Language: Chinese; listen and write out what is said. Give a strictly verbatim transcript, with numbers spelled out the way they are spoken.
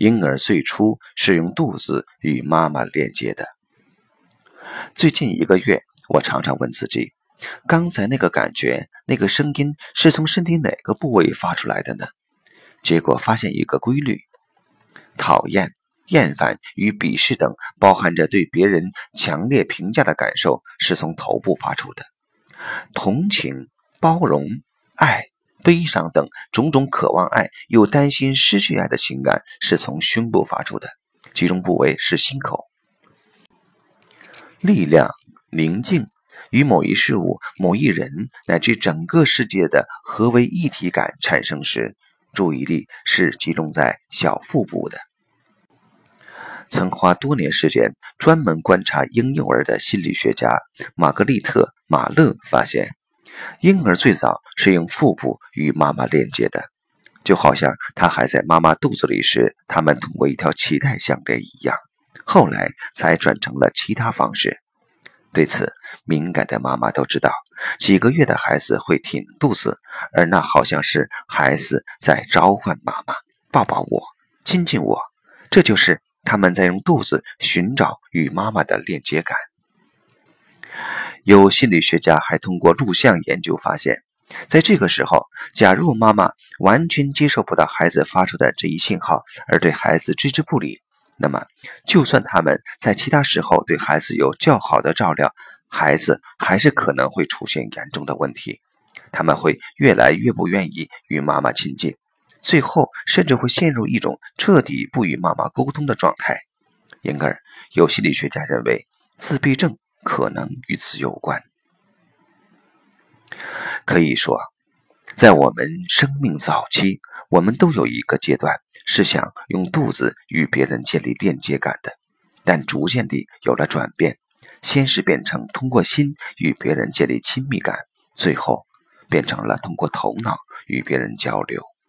婴儿最初是用肚子与妈妈连接的。最近一个月，我常常问自己，刚才那个感觉，那个声音是从身体哪个部位发出来的呢？结果发现一个规律：讨厌、厌烦与鄙视等包含着对别人强烈评价的感受是从头部发出的。同情、包容、爱、悲伤等种种渴望爱又担心失去爱的情感是从胸部发出的，其中部位是心口。力量、宁静与某一事物、某一人乃至整个世界的合为一体感产生时，注意力是集中在小腹部的。曾花多年时间专门观察婴幼儿的心理学家玛格丽特·马勒发现，婴儿最早是用腹部与妈妈连接的，就好像他还在妈妈肚子里时，他们通过一条脐带相连一样，后来才转成了其他方式。对此，敏感的妈妈都知道，几个月的孩子会挺肚子，而那好像是孩子在召唤妈妈，抱抱我，亲近我，这就是他们在用肚子寻找与妈妈的链接感。有心理学家还通过录像研究发现，在这个时候，假如妈妈完全接受不到孩子发出的这一信号，而对孩子置之不理，那么就算他们在其他时候对孩子有较好的照料，孩子还是可能会出现严重的问题。他们会越来越不愿意与妈妈亲近，最后甚至会陷入一种彻底不与妈妈沟通的状态。因而，有心理学家认为，自闭症可能与此有关。可以说，在我们生命早期，我们都有一个阶段是想用肚子与别人建立链接感的，但逐渐地有了转变，先是变成通过心与别人建立亲密感，最后变成了通过头脑与别人交流。